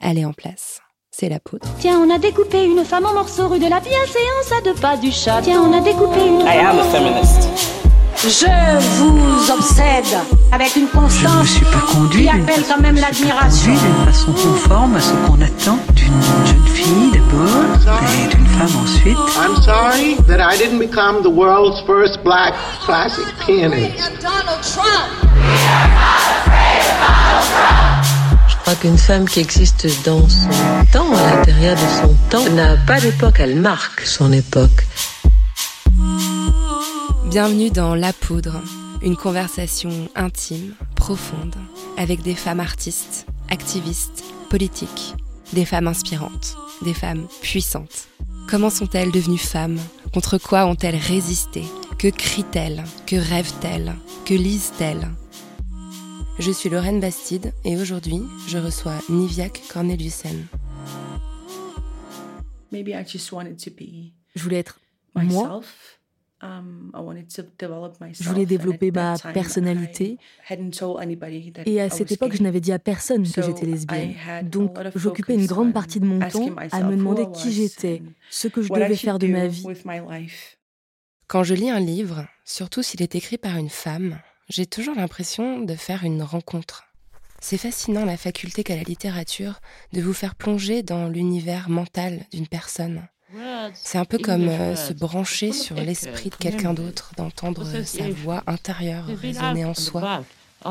elle est en place. C'est la poudre. Tiens, on a découpé une femme en morceaux rue de la bienséance à 2 pas du chat. Tiens, on a découpé une I am a feminist. Je vous obsède avec une constance je ne me suis pas conduit qui appelle quand même l'admiration. D'une façon conforme à ce qu'on attend d'une jeune fille d'abord et d'une femme ensuite. I'm sorry that I didn't become the world's first black classic pianist. Donald Trump. Je crois qu'une femme qui existe dans son temps, à l'intérieur de son temps, n'a pas d'époque, elle marque son époque. Bienvenue dans La Poudre, une conversation intime, profonde, avec des femmes artistes, activistes, politiques, des femmes inspirantes, des femmes puissantes. Comment sont-elles devenues femmes ? Contre quoi ont-elles résisté ? Que crient-elles ? Que rêvent-elles ? Que lisent-elles ? Je suis Lorraine Bastide et aujourd'hui, je reçois Niviaq Korneliussen. Je voulais être moi. Je voulais développer ma personnalité. Et à cette époque, je n'avais dit à personne que j'étais lesbienne. Donc, j'occupais une grande partie de mon temps à me demander qui j'étais, ce que je devais faire de ma vie. Quand je lis un livre, surtout s'il est écrit par une femme, j'ai toujours l'impression de faire une rencontre. C'est fascinant la faculté qu'a la littérature de vous faire plonger dans l'univers mental d'une personne. C'est un peu comme se brancher sur l'esprit de quelqu'un d'autre, d'entendre sa voix intérieure résonner en soi.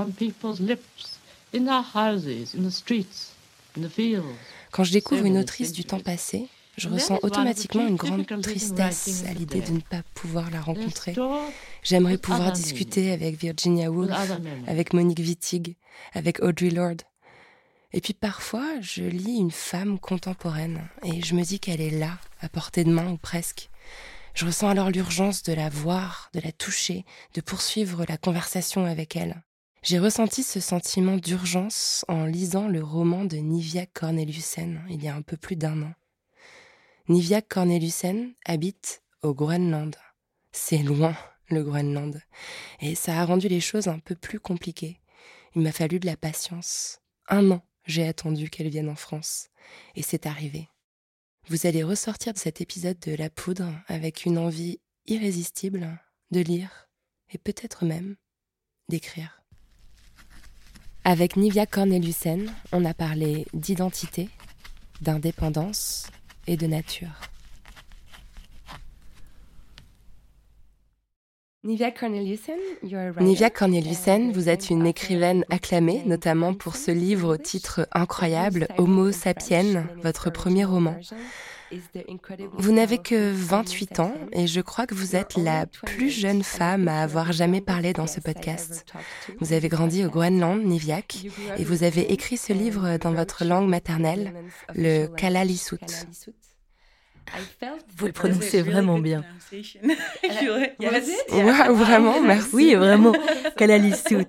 Quand je découvre une autrice du temps passé, je ressens automatiquement une grande tristesse à l'idée de ne pas pouvoir la rencontrer. J'aimerais pouvoir discuter avec Virginia Woolf, avec Monique Wittig, avec Audre Lorde. Et puis parfois, je lis une femme contemporaine et je me dis qu'elle est là, à portée de main ou presque. Je ressens alors l'urgence de la voir, de la toucher, de poursuivre la conversation avec elle. J'ai ressenti ce sentiment d'urgence en lisant le roman de Niviaq Korneliussen il y a un peu plus d'1 an. Niviaq Korneliussen habite au Groenland. C'est loin, le Groenland. Et ça a rendu les choses un peu plus compliquées. Il m'a fallu de la patience. 1 an. J'ai attendu qu'elle vienne en France. Et c'est arrivé. Vous allez ressortir de cet épisode de La Poudre avec une envie irrésistible de lire et peut-être même d'écrire. Avec Niviaq Korneliussen, on a parlé d'identité, d'indépendance et de nature. Niviaq Korneliussen, vous êtes une écrivaine acclamée, notamment pour ce livre au titre incroyable, Homo sapiens, votre premier roman. Vous n'avez que 28 ans et je crois que vous êtes la plus jeune femme à avoir jamais parlé dans ce podcast. Vous avez grandi au Groenland, Niviaq, et vous avez écrit ce livre dans votre langue maternelle, le Kalaallisut. Vous le prononcez vraiment bien. Wow, vraiment, merci. Oui, vraiment, Kalaallisut.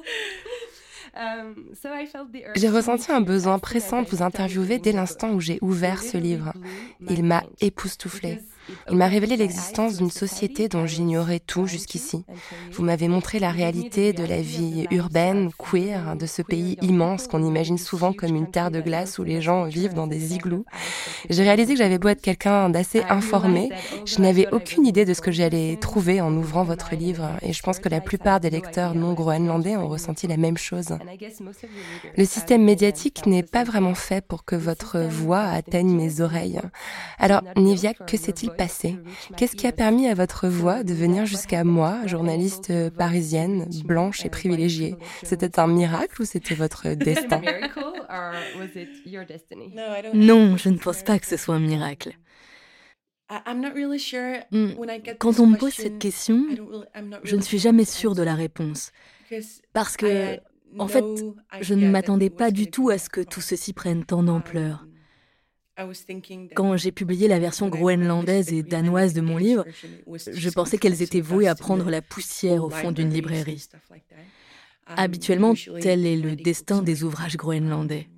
J'ai ressenti un besoin pressant de vous interviewer dès l'instant où j'ai ouvert ce livre. Il m'a époustouflée. Il m'a révélé l'existence d'une société dont j'ignorais tout jusqu'ici. Vous m'avez montré la réalité de la vie urbaine, queer, de ce pays immense qu'on imagine souvent comme une terre de glace où les gens vivent dans des igloos. J'ai réalisé que j'avais beau être quelqu'un d'assez informé, je n'avais aucune idée de ce que j'allais trouver en ouvrant votre livre et je pense que la plupart des lecteurs non groenlandais ont ressenti la même chose. Le système médiatique n'est pas vraiment fait pour que votre voix atteigne mes oreilles. Alors, Niviaq, que s'est-il passé ? Qu'est-ce qui a permis à votre voix de venir jusqu'à moi, journaliste parisienne, blanche et privilégiée ? C'était un miracle ou c'était votre destin ? Non, je ne pense pas que ce soit un miracle. Quand on me pose cette question, je ne suis jamais sûre de la réponse. Parce que, en fait, je ne m'attendais pas du tout à ce que tout ceci prenne tant d'ampleur. Quand j'ai publié la version groenlandaise et danoise de mon livre, je pensais qu'elles étaient vouées à prendre la poussière au fond d'une librairie. Habituellement, tel est le destin des ouvrages groenlandais.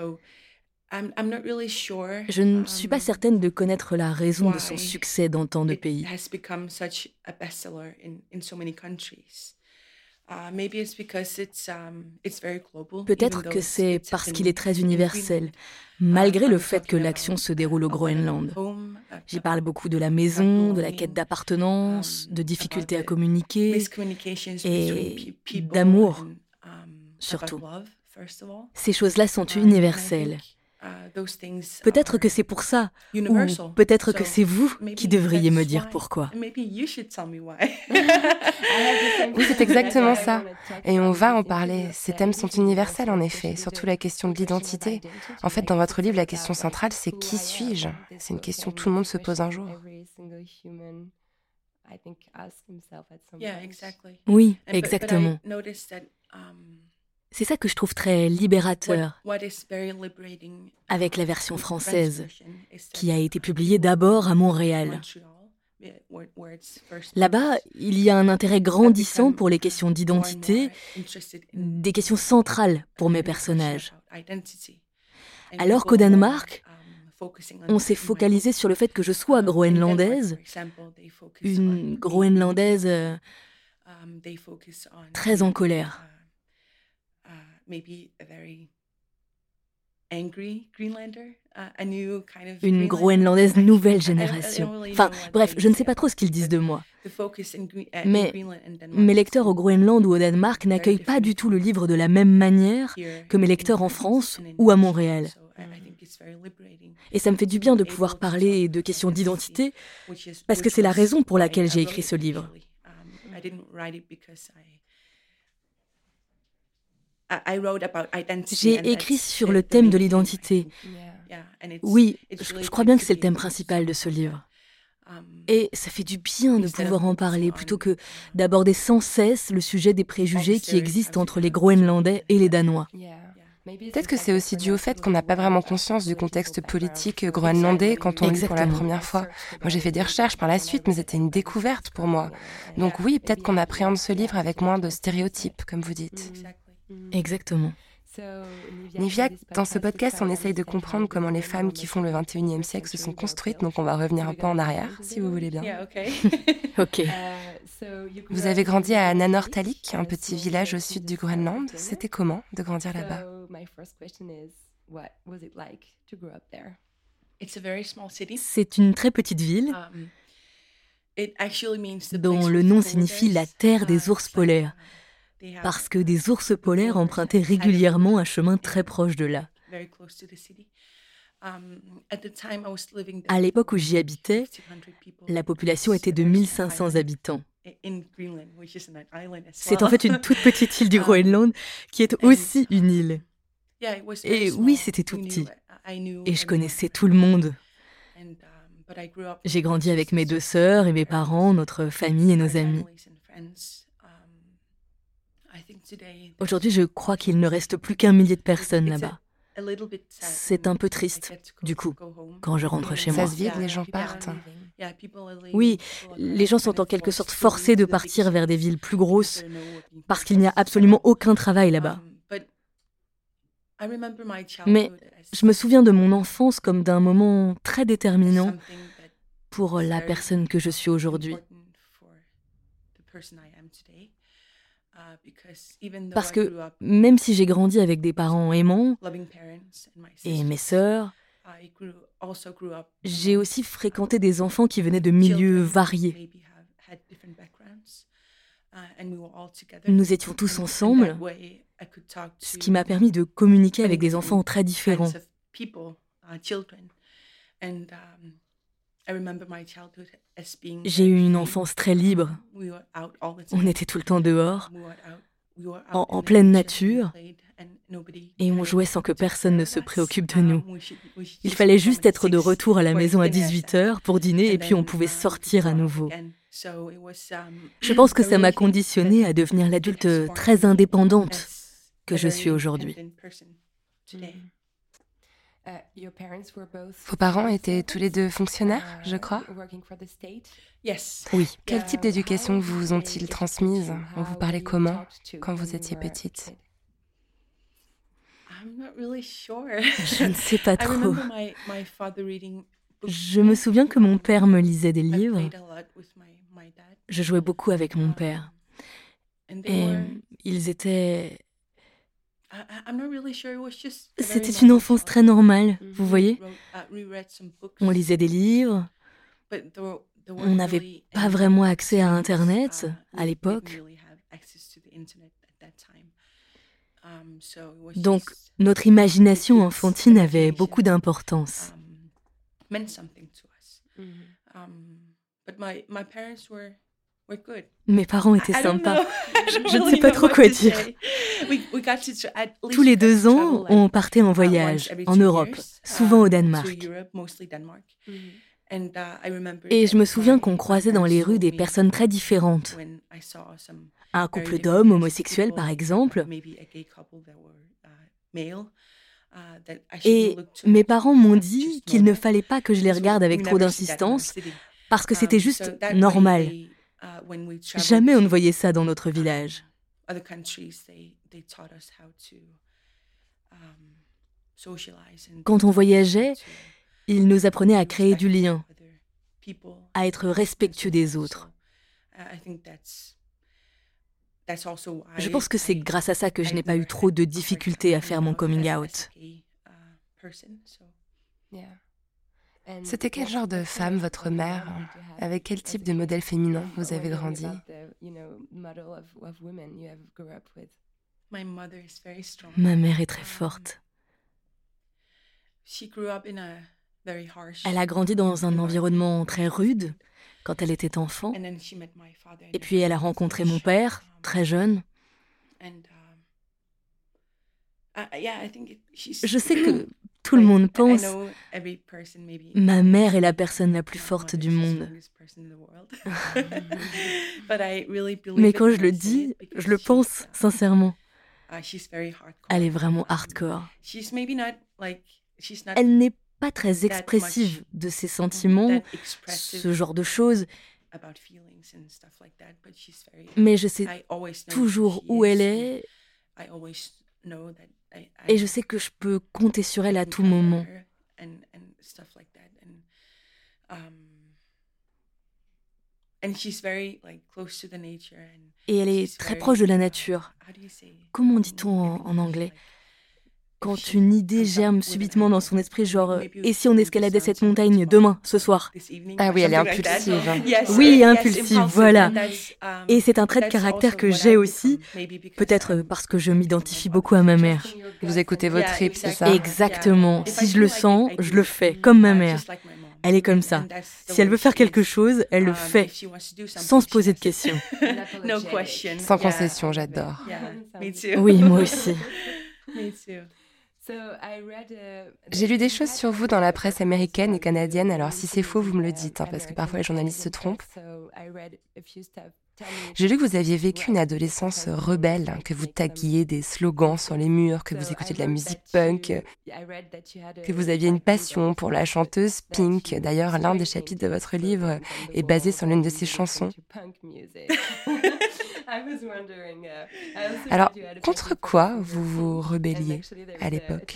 Je ne suis pas certaine de connaître la raison de son succès dans tant de pays. Peut-être que c'est parce qu'il est très universel, malgré le fait que l'action se déroule au Groenland. J'y parle beaucoup de la maison, de la quête d'appartenance, de difficultés à communiquer et d'amour, surtout. Ces choses-là sont universelles. Peut-être que c'est pour ça, ou peut-être que c'est vous qui devriez me dire pourquoi. Oui, c'est exactement ça. Et on va en parler. Ces thèmes sont universels, en effet, surtout la question de l'identité. En fait, dans votre livre, la question centrale, c'est qui suis-je ? C'est une question que tout le monde se pose un jour. Oui, exactement. C'est ça que je trouve très libérateur avec la version française, qui a été publiée d'abord à Montréal. Là-bas, il y a un intérêt grandissant pour les questions d'identité, des questions centrales pour mes personnages. Alors qu'au Danemark, on s'est focalisé sur le fait que je sois groenlandaise, une groenlandaise très en colère. Une groenlandaise nouvelle génération. Enfin, bref, je ne sais pas trop ce qu'ils disent de moi. Mais mes lecteurs au Groenland ou au Danemark n'accueillent pas du tout le livre de la même manière que mes lecteurs en France ou à Montréal. Et ça me fait du bien de pouvoir parler de questions d'identité, parce que c'est la raison pour laquelle j'ai écrit ce livre. J'ai écrit sur le thème de l'identité. Oui, je crois bien que c'est le thème principal de ce livre. Et ça fait du bien de pouvoir en parler plutôt que d'aborder sans cesse le sujet des préjugés qui existent entre les Groenlandais et les Danois. Peut-être que c'est aussi dû au fait qu'on n'a pas vraiment conscience du contexte politique groenlandais quand on lit pour la première fois. Moi, j'ai fait des recherches par la suite, mais c'était une découverte pour moi. Donc oui, peut-être qu'on appréhende ce livre avec moins de stéréotypes, comme vous dites. Exactement. Nivia, dans ce podcast, on essaye de comprendre comment les femmes qui font le 21e siècle se sont construites, donc on va revenir un peu en arrière, si vous voulez bien. Ok. Vous avez grandi à Nanortalik, un petit village au sud du Groenland. C'était comment de grandir là-bas ? C'est une très petite ville dont le nom signifie la terre des ours polaires. Parce que des ours polaires empruntaient régulièrement un chemin très proche de là. À l'époque où j'y habitais, la population était de 1500 habitants. C'est en fait une toute petite île du Groenland qui est aussi une île. Et oui, c'était tout petit. Et je connaissais tout le monde. J'ai grandi avec mes 2 sœurs et mes parents, notre famille et nos amis. Aujourd'hui, je crois qu'il ne reste plus qu'1 millier de personnes là-bas. C'est un peu triste, du coup, quand je rentre chez moi. Ça se vide, les gens partent. Oui, les gens sont en quelque sorte forcés de partir vers des villes plus grosses, parce qu'il n'y a absolument aucun travail là-bas. Mais je me souviens de mon enfance comme d'un moment très déterminant pour la personne que je suis aujourd'hui. Parce que même si j'ai grandi avec des parents aimants et mes sœurs, j'ai aussi fréquenté des enfants qui venaient de milieux variés. Nous étions tous ensemble, ce qui m'a permis de communiquer avec des enfants très différents. J'ai eu une enfance très libre. On était tout le temps dehors, en pleine nature, et on jouait sans que personne ne se préoccupe de nous. Il fallait juste être de retour à la maison à 18h pour dîner et puis on pouvait sortir à nouveau. Je pense que ça m'a conditionnée à devenir l'adulte très indépendante que je suis aujourd'hui. Vos parents étaient tous les 2 fonctionnaires, je crois ? Oui. Quel type d'éducation vous ont-ils transmise ? On vous parlait comment quand vous étiez petite ? Je ne sais pas trop. Je me souviens que mon père me lisait des livres. Je jouais beaucoup avec mon père. Et ils étaient... C'était une enfance très normale, vous voyez. On lisait des livres, on n'avait pas vraiment accès à Internet à l'époque. Donc, notre imagination enfantine avait beaucoup d'importance. Mes parents étaient sympas. Je ne sais pas trop quoi dire. Tous les 2 ans, on partait en voyage, en Europe, souvent au Danemark. Et je me souviens qu'on croisait dans les rues des personnes très différentes. Un couple d'hommes homosexuels, par exemple. Et mes parents m'ont dit qu'il ne fallait pas que je les regarde avec trop d'insistance, parce que c'était juste normal. Jamais on ne voyait ça dans notre village. Quand on voyageait, ils nous apprenaient à créer du lien, à être respectueux des autres. Je pense que c'est grâce à ça que je n'ai pas eu trop de difficultés à faire mon coming out. C'était quel genre de femme, votre mère? Avec quel type de modèle féminin vous avez grandi? Ma mère est très forte. Elle a grandi dans un environnement très rude quand elle était enfant. Et puis elle a rencontré mon père, très jeune. Je sais que tout le monde pense ma mère est la personne la plus forte du monde. Mais quand je le dis, je le pense sincèrement. Elle est vraiment hardcore. Elle n'est pas très expressive de ses sentiments, ce genre de choses. Mais je sais toujours où elle est et je sais que je peux compter sur elle à tout moment. Et elle est très proche de la nature. Comment dit-on en anglais ? Quand une idée germe subitement dans son esprit, genre « Et si on escaladait cette montagne demain, ce soir ?» Ah oui, elle est impulsive. Oui, impulsive, voilà. Et c'est un trait de caractère que j'ai aussi, peut-être parce que je m'identifie beaucoup à ma mère. Vous écoutez vos tripes, c'est ça? Exactement. Si je le sens, je le fais, comme ma mère. Elle est comme ça. Si elle veut faire quelque chose, elle le fait, sans se poser de questions. Sans concession, j'adore. Oui, moi aussi. J'ai lu des choses sur vous dans la presse américaine et canadienne, alors si c'est faux, vous me le dites, parce que parfois les journalistes se trompent. J'ai lu que vous aviez vécu une adolescence rebelle, que vous taguiez des slogans sur les murs, que vous écoutiez de la musique punk, que vous aviez une passion pour la chanteuse Pink. D'ailleurs, l'un des chapitres de votre livre est basé sur l'une de ses chansons. Alors, contre quoi vous vous rebelliez à l'époque?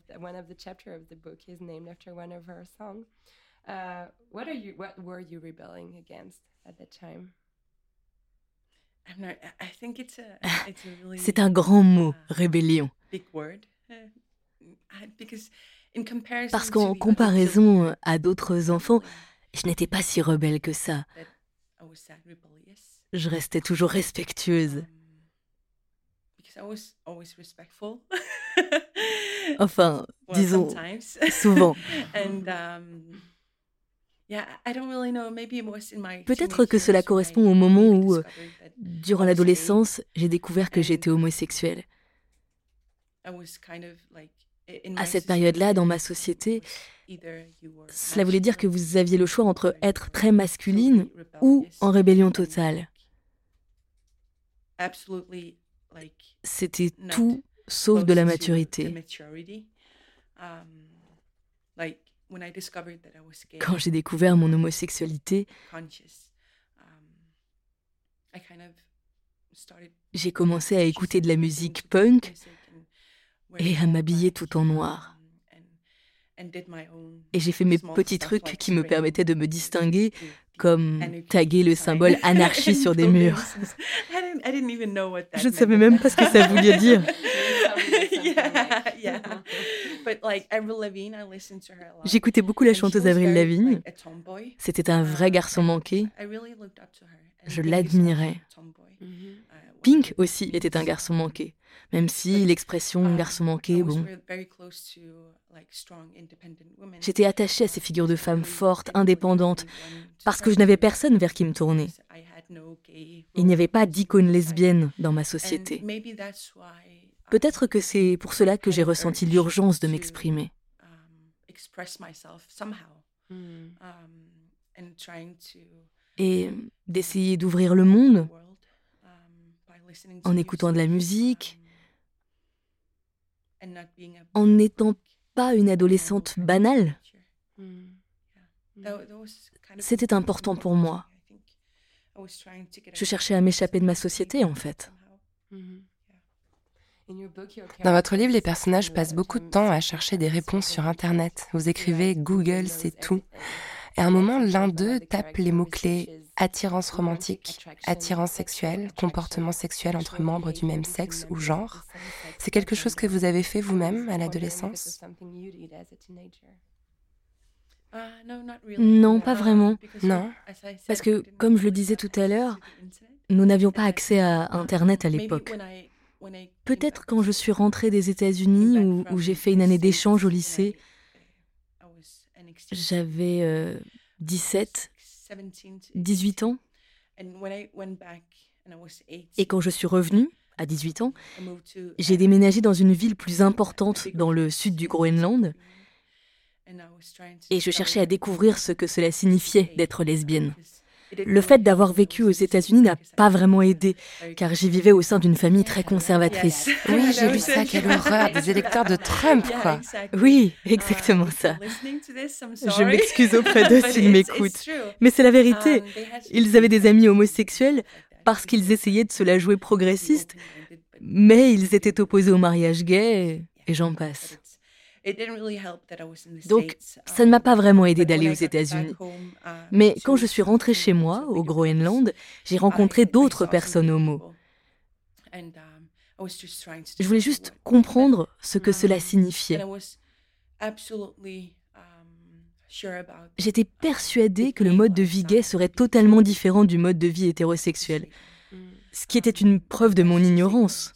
C'est un grand mot, rébellion. Parce qu'en comparaison à d'autres enfants, je n'étais pas si rebelle que ça. Je restais toujours respectueuse. Enfin, disons, souvent. Peut-être que cela correspond au moment où, durant l'adolescence, j'ai découvert que j'étais homosexuelle. À cette période-là, dans ma société, cela voulait dire que vous aviez le choix entre être très masculine ou en rébellion totale. C'était tout sauf de la maturité. Quand j'ai découvert mon homosexualité, j'ai commencé à écouter de la musique punk et à m'habiller tout en noir. Et j'ai fait mes petits trucs qui me permettaient de me distinguer comme taguer le symbole anarchie sur des murs. Je ne savais même pas ce que ça voulait dire. J'écoutais beaucoup la chanteuse Avril Lavigne. C'était un vrai garçon manqué. Je l'admirais. Pink aussi était un garçon manqué. Même si l'expression garçon manqué, bon. J'étais attachée à ces figures de femmes fortes, indépendantes, parce que je n'avais personne vers qui me tourner. Il n'y avait pas d'icône lesbienne dans ma société. Peut-être que c'est pour cela que j'ai ressenti l'urgence de m'exprimer. Et d'essayer d'ouvrir le monde en écoutant de la musique, en n'étant pas une adolescente banale. C'était important pour moi. Je cherchais à m'échapper de ma société, en fait. Dans votre livre, les personnages passent beaucoup de temps à chercher des réponses sur Internet. Vous écrivez « Google, c'est tout ». Et à un moment, l'un d'eux tape les mots-clés « attirance romantique »,« attirance sexuelle »,« comportement sexuel entre membres du même sexe ou genre ». C'est quelque chose que vous avez fait vous-même à l'adolescence ? Non, pas vraiment. Non ? Parce que, comme je le disais tout à l'heure, nous n'avions pas accès à Internet à l'époque. Peut-être quand je suis rentrée des États-Unis, où j'ai fait une année d'échange au lycée, j'avais 17, 18 ans. Et quand je suis revenue, à 18 ans, j'ai déménagé dans une ville plus importante dans le sud du Groenland. Et je cherchais à découvrir ce que cela signifiait d'être lesbienne. Le fait d'avoir vécu aux États-Unis n'a pas vraiment aidé, car j'y vivais au sein d'une famille très conservatrice. Oui, j'ai lu ça, quelle horreur, des électeurs de Trump, quoi. Oui, exactement ça. Je m'excuse auprès d'eux s'ils m'écoutent. Mais c'est la vérité. Ils avaient des amis homosexuels parce qu'ils essayaient de se la jouer progressiste, mais ils étaient opposés au mariage gay, et j'en passe. Donc, ça ne m'a pas vraiment aidé d'aller aux États-Unis. Mais quand je suis rentrée chez moi, au Groenland, j'ai rencontré d'autres personnes homo. Je voulais juste comprendre ce que cela signifiait. J'étais persuadée que le mode de vie gay serait totalement différent du mode de vie hétérosexuel, ce qui était une preuve de mon ignorance.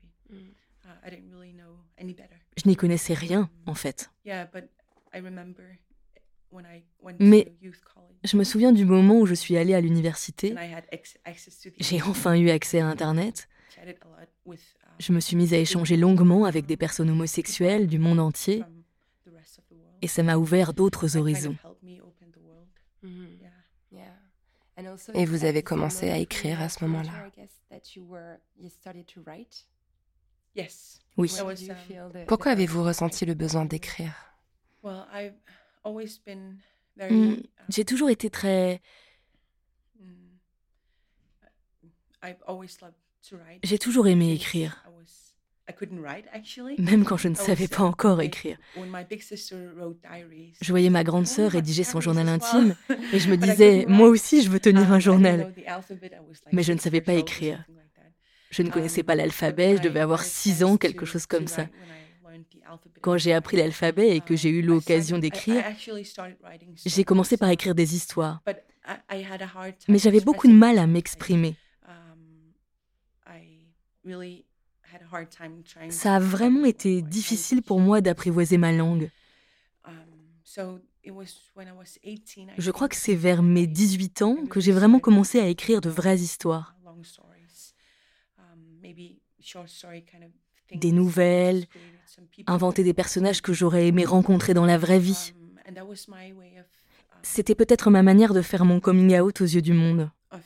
Je n'y connaissais rien, en fait. Mais je me souviens du moment où je suis allée à l'université. J'ai enfin eu accès à Internet. Je me suis mise à échanger longuement avec des personnes homosexuelles du monde entier. Et ça m'a ouvert d'autres horizons. Et vous avez commencé à écrire à ce moment-là ? Oui. Pourquoi avez-vous ressenti le besoin d'écrire ? J'ai toujours été très... J'ai toujours aimé écrire. Même quand je ne savais pas encore écrire. Je voyais ma grande sœur rédiger son journal intime et je me disais, moi aussi je veux tenir un journal. Mais je ne savais pas écrire. Je ne connaissais pas l'alphabet, je devais avoir 6 ans, quelque chose comme ça. Quand j'ai appris l'alphabet et que j'ai eu l'occasion d'écrire, j'ai commencé par écrire des histoires. Mais j'avais beaucoup de mal à m'exprimer. Ça a vraiment été difficile pour moi d'apprivoiser ma langue. Je crois que c'est vers mes 18 ans que j'ai vraiment commencé à écrire de vraies histoires. Des nouvelles, inventer des personnages que j'aurais aimé rencontrer dans la vraie vie. C'était peut-être ma manière de faire mon coming out aux yeux du monde.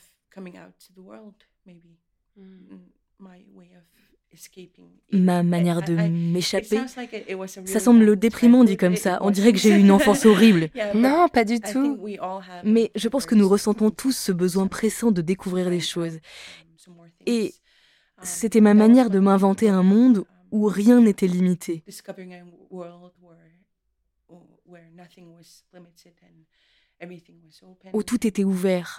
Ma manière de m'échapper. Ça semble déprimant dit comme ça. On dirait que j'ai eu une enfance horrible. Non, pas du tout. Mais je pense que nous ressentons tous ce besoin pressant de découvrir des choses. Et c'était ma manière de m'inventer un monde où rien n'était limité. où tout était ouvert.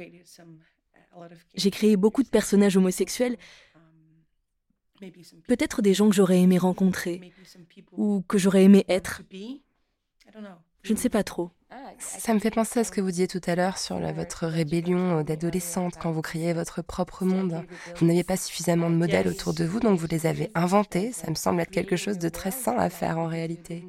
J'ai créé beaucoup de personnages homosexuels, peut-être des gens que j'aurais aimé rencontrer ou que j'aurais aimé être. Je ne sais pas trop. Ça me fait penser à ce que vous disiez tout à l'heure sur votre rébellion d'adolescente quand vous créez votre propre monde. Vous n'aviez pas suffisamment de modèles autour de vous, donc vous les avez inventés. Ça me semble être quelque chose de très sain à faire en réalité.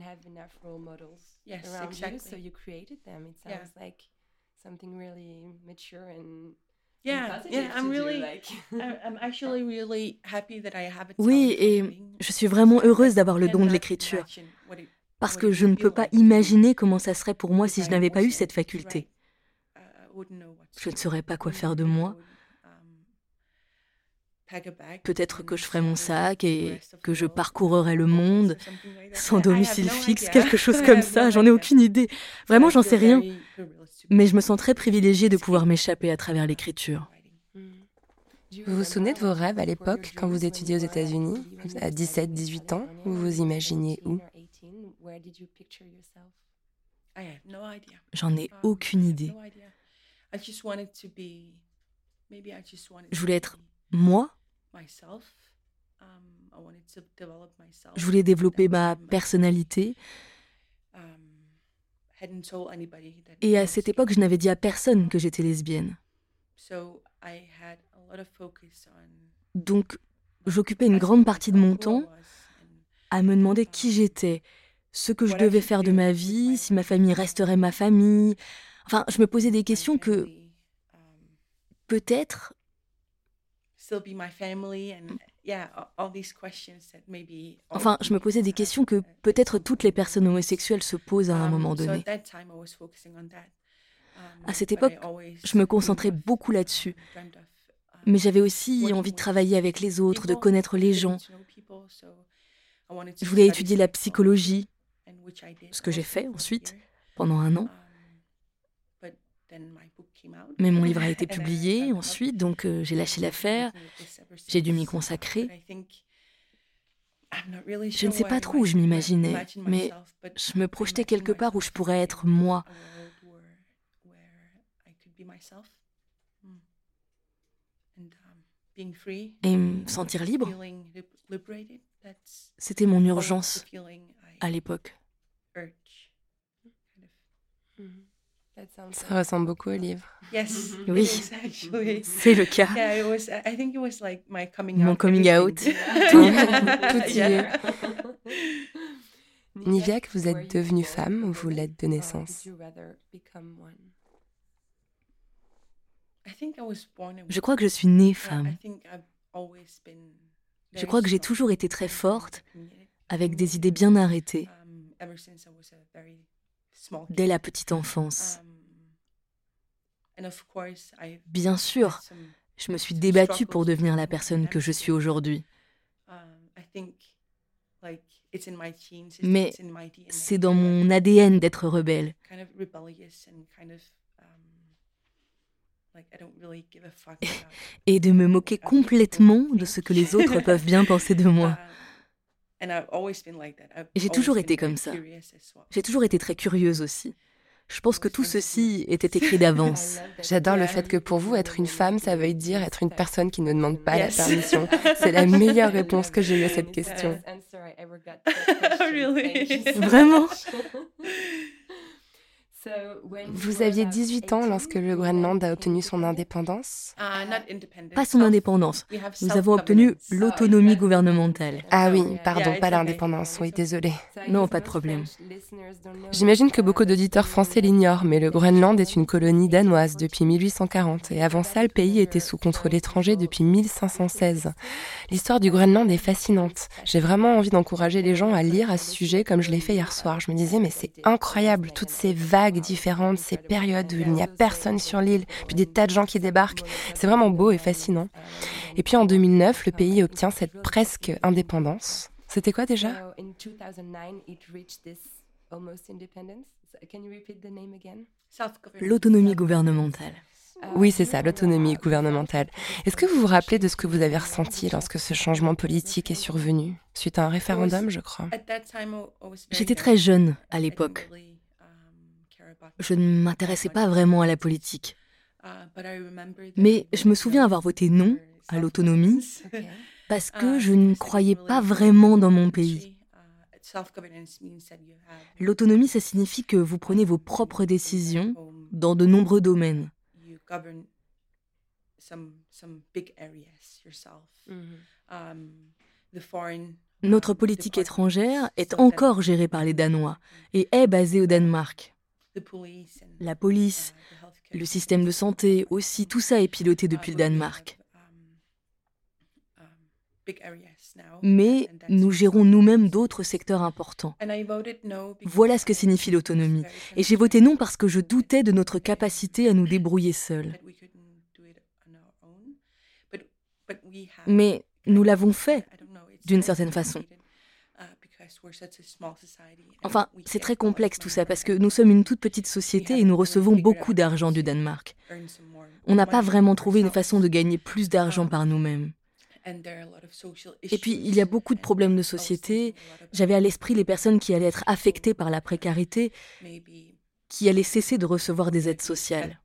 Oui, et je suis vraiment heureuse d'avoir le don de l'écriture. Parce que je ne peux pas imaginer comment ça serait pour moi si je n'avais pas eu cette faculté. Je ne saurais pas quoi faire de moi. Peut-être que je ferais mon sac et que je parcourrais le monde sans domicile fixe, quelque chose comme ça, j'en ai aucune idée. Vraiment, j'en sais rien. Mais je me sens très privilégiée de pouvoir m'échapper à travers l'écriture. Vous vous souvenez de vos rêves à l'époque, quand vous étudiez aux États-Unis, à 17-18 ans? Vous vous imaginiez où? J'en ai aucune idée. Je voulais être moi. Je voulais développer ma personnalité. Et à cette époque, je n'avais dit à personne que j'étais lesbienne. Donc, j'occupais une grande partie de mon temps à me demander qui j'étais, ce que je devais faire de ma vie, si ma famille resterait ma famille. Enfin, je me posais des questions que peut-être... Enfin, je me posais des questions que peut-être toutes les personnes homosexuelles se posent à un moment donné. À cette époque, je me concentrais beaucoup là-dessus. Mais j'avais aussi envie de travailler avec les autres, de connaître les gens. Je voulais étudier la psychologie, ce que j'ai fait ensuite, pendant 1 an. Mais mon livre a été publié ensuite, donc j'ai lâché l'affaire. J'ai dû m'y consacrer. Je ne sais pas trop où je m'imaginais, mais je me projetais quelque part où je pourrais être moi. Et me sentir libre, c'était mon urgence à l'époque. Ça ressemble beaucoup au livre. Oui, c'est le cas. Mon coming out. Tout y est. Niviaq, vous êtes devenue femme ou vous l'êtes de naissance? Je crois que je suis née femme. Je crois que j'ai toujours été très forte, avec des idées bien arrêtées, dès la petite enfance. Bien sûr, je me suis débattue pour devenir la personne que je suis aujourd'hui. Mais c'est dans mon ADN d'être rebelle. Et de me moquer complètement de ce que les autres peuvent bien penser de moi. J'ai toujours été comme ça. J'ai toujours été très curieuse aussi. Je pense que tout ceci était écrit d'avance. J'adore le fait que pour vous, être une femme, ça veuille dire être une personne qui ne demande pas la permission. C'est la meilleure réponse que j'ai eue à cette question. Vraiment ? Vous aviez 18 ans lorsque le Groenland a obtenu son indépendance? Pas son indépendance. Nous avons obtenu l'autonomie gouvernementale. Ah oui, pardon, pas l'indépendance. Oui, désolée. Non, pas de problème. J'imagine que beaucoup d'auditeurs français l'ignorent, mais le Groenland est une colonie danoise depuis 1840. Et avant ça, le pays était sous contrôle étranger depuis 1516. L'histoire du Groenland est fascinante. J'ai vraiment envie d'encourager les gens à lire à ce sujet comme je l'ai fait hier soir. Je me disais, mais c'est incroyable, toutes ces vagues différentes, ces périodes où il n'y a personne sur l'île, puis des tas de gens qui débarquent. C'est vraiment beau et fascinant. Et puis en 2009, le pays obtient cette presque indépendance. C'était quoi déjà? L'autonomie gouvernementale. Oui, c'est ça, l'autonomie gouvernementale. Est-ce que vous vous rappelez de ce que vous avez ressenti lorsque ce changement politique est survenu, suite à un référendum, je crois? J'étais très jeune à l'époque. je ne m'intéressais pas vraiment à la politique. Mais je me souviens avoir voté non à l'autonomie parce que je ne croyais pas vraiment dans mon pays. L'autonomie, ça signifie que vous prenez vos propres décisions dans de nombreux domaines. Notre politique étrangère est encore gérée par les Danois et est basée au Danemark. La police, le système de santé aussi, tout ça est piloté depuis le Danemark. Mais nous gérons nous-mêmes d'autres secteurs importants. Voilà ce que signifie l'autonomie. Et j'ai voté non parce que je doutais de notre capacité à nous débrouiller seuls. Mais nous l'avons fait, d'une certaine façon. Enfin, c'est très complexe tout ça, parce que nous sommes une toute petite société et nous recevons beaucoup d'argent du Danemark. On n'a pas vraiment trouvé une façon de gagner plus d'argent par nous-mêmes. Et puis, il y a beaucoup de problèmes de société. J'avais à l'esprit les personnes qui allaient être affectées par la précarité, qui allaient cesser de recevoir des aides sociales.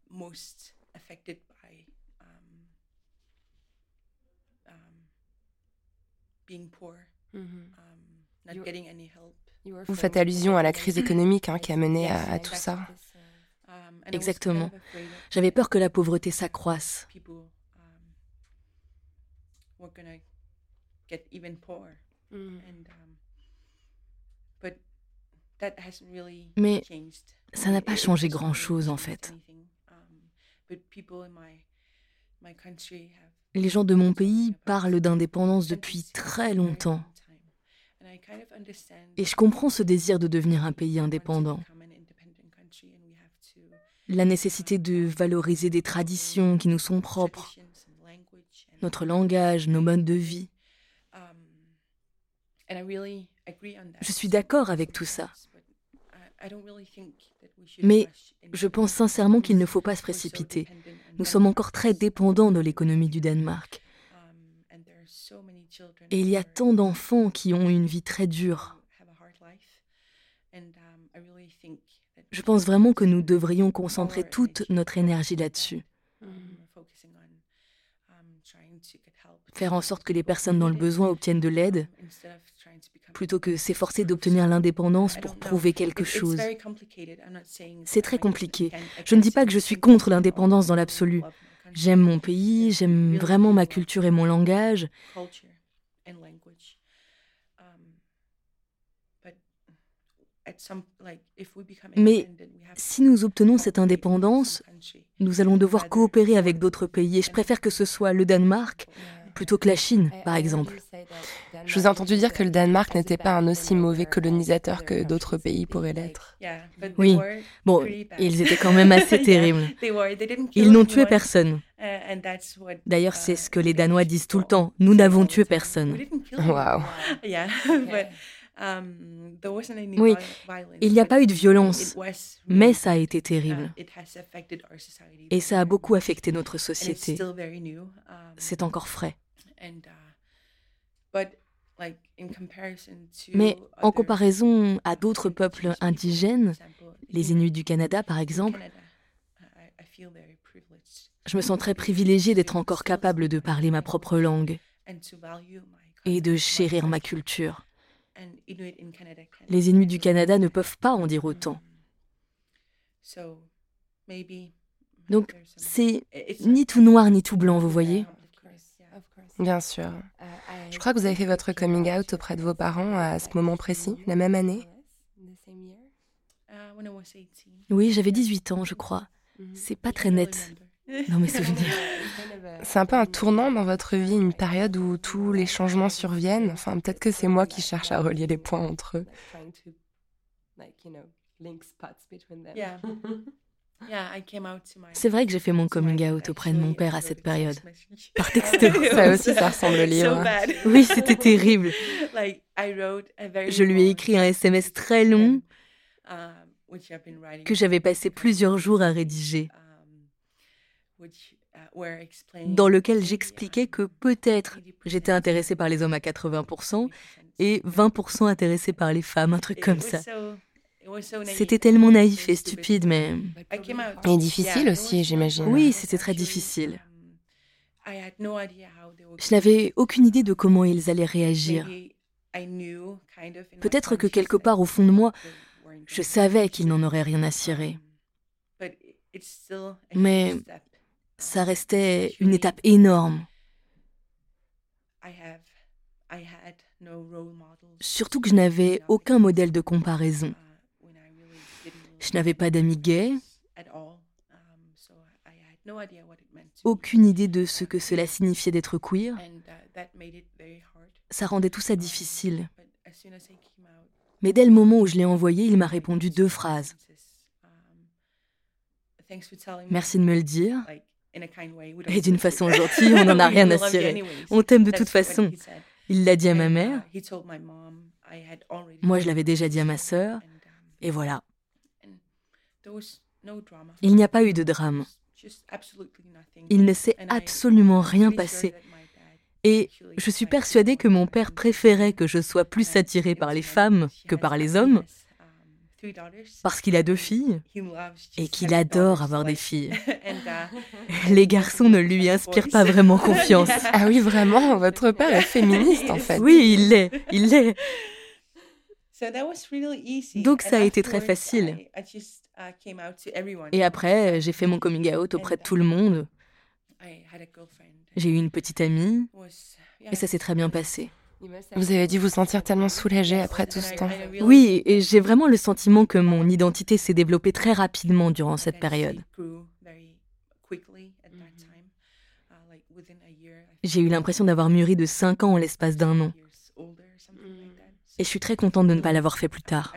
Vous faites allusion à la crise économique qui a mené à tout ça. Exactement. J'avais peur que la pauvreté s'accroisse. Mais ça n'a pas changé grand-chose en fait. Les gens de mon pays parlent d'indépendance depuis très longtemps. Et je comprends ce désir de devenir un pays indépendant. La nécessité de valoriser des traditions qui nous sont propres, notre langage, nos modes de vie. Je suis d'accord avec tout ça. Mais je pense sincèrement qu'il ne faut pas se précipiter. Nous sommes encore très dépendants de l'économie du Danemark. Et il y a tant d'enfants qui ont une vie très dure. Je pense vraiment que nous devrions concentrer toute notre énergie là-dessus. Faire en sorte que les personnes dans le besoin obtiennent de l'aide, plutôt que s'efforcer d'obtenir l'indépendance pour prouver quelque chose. C'est très compliqué. Je ne dis pas que je suis contre l'indépendance dans l'absolu. J'aime mon pays, j'aime vraiment ma culture et mon langage. Mais si nous obtenons cette indépendance, nous allons devoir coopérer avec d'autres pays. Et je préfère que ce soit le Danemark plutôt que la Chine, par exemple. Je vous ai entendu dire que le Danemark n'était pas un aussi mauvais colonisateur que d'autres pays pourraient l'être. Oui, bon, ils étaient quand même assez terribles. Ils n'ont tué personne. D'ailleurs, c'est ce que les Danois disent tout le temps. Nous n'avons tué personne. Waouh. Oui, il n'y a pas eu de violence, mais ça a été terrible. Et ça a beaucoup affecté notre société. C'est encore frais. Mais en comparaison à d'autres peuples indigènes, les Inuits du Canada par exemple, je me sens très privilégiée d'être encore capable de parler ma propre langue et de chérir ma culture. Les Inuits du Canada ne peuvent pas en dire autant. Donc, c'est ni tout noir ni tout blanc, vous voyez ? Bien sûr. Je crois que vous avez fait votre coming out auprès de vos parents à ce moment précis, la même année. Oui, j'avais 18 ans, je crois. C'est pas très net dans mes souvenirs. C'est un peu un tournant dans votre vie, une période où tous les changements surviennent. Enfin, peut-être que c'est moi qui cherche à relier les points entre eux. C'est vrai que j'ai fait mon coming out auprès de mon père à cette période. Par texto. Ça aussi, ça ressemble au livre. Oui, c'était terrible. Je lui ai écrit un SMS très long que j'avais passé plusieurs jours à rédiger, dans lequel j'expliquais que peut-être j'étais intéressée par les hommes à 80% et 20% intéressée par les femmes, un truc comme ça. C'était tellement naïf et stupide, mais... Et difficile aussi, j'imagine. Oui, c'était très difficile. Je n'avais aucune idée de comment ils allaient réagir. Peut-être que quelque part au fond de moi, je savais qu'ils n'en auraient rien à cirer. Mais ça restait une étape énorme. Surtout que je n'avais aucun modèle de comparaison. Je n'avais pas d'amis gays, aucune idée de ce que cela signifiait d'être queer. Ça rendait tout ça difficile. Mais dès le moment où je l'ai envoyé, il m'a répondu 2 phrases. Merci de me le dire. Et d'une façon gentille, on n'en a rien à cirer. On t'aime de toute façon. Il l'a dit à ma mère. Moi, je l'avais déjà dit à ma sœur. Et voilà. Il n'y a pas eu de drame. Il ne s'est absolument rien passé. Et je suis persuadée que mon père préférait que je sois plus attirée par les femmes que par les hommes, parce qu'il a 2 filles et qu'il adore avoir des filles. Les garçons ne lui inspirent pas vraiment confiance. Ah oui, vraiment, votre père est féministe en fait. Oui, il l'est. Donc ça a été très facile. Et après, j'ai fait mon coming out auprès de tout le monde. J'ai eu une petite amie et ça s'est très bien passé. Vous avez dû vous sentir tellement soulagée après tout ce temps. Oui, et j'ai vraiment le sentiment que mon identité s'est développée très rapidement durant cette période. J'ai eu l'impression d'avoir mûri de 5 ans en l'espace d'1 an. Et je suis très contente de ne pas l'avoir fait plus tard.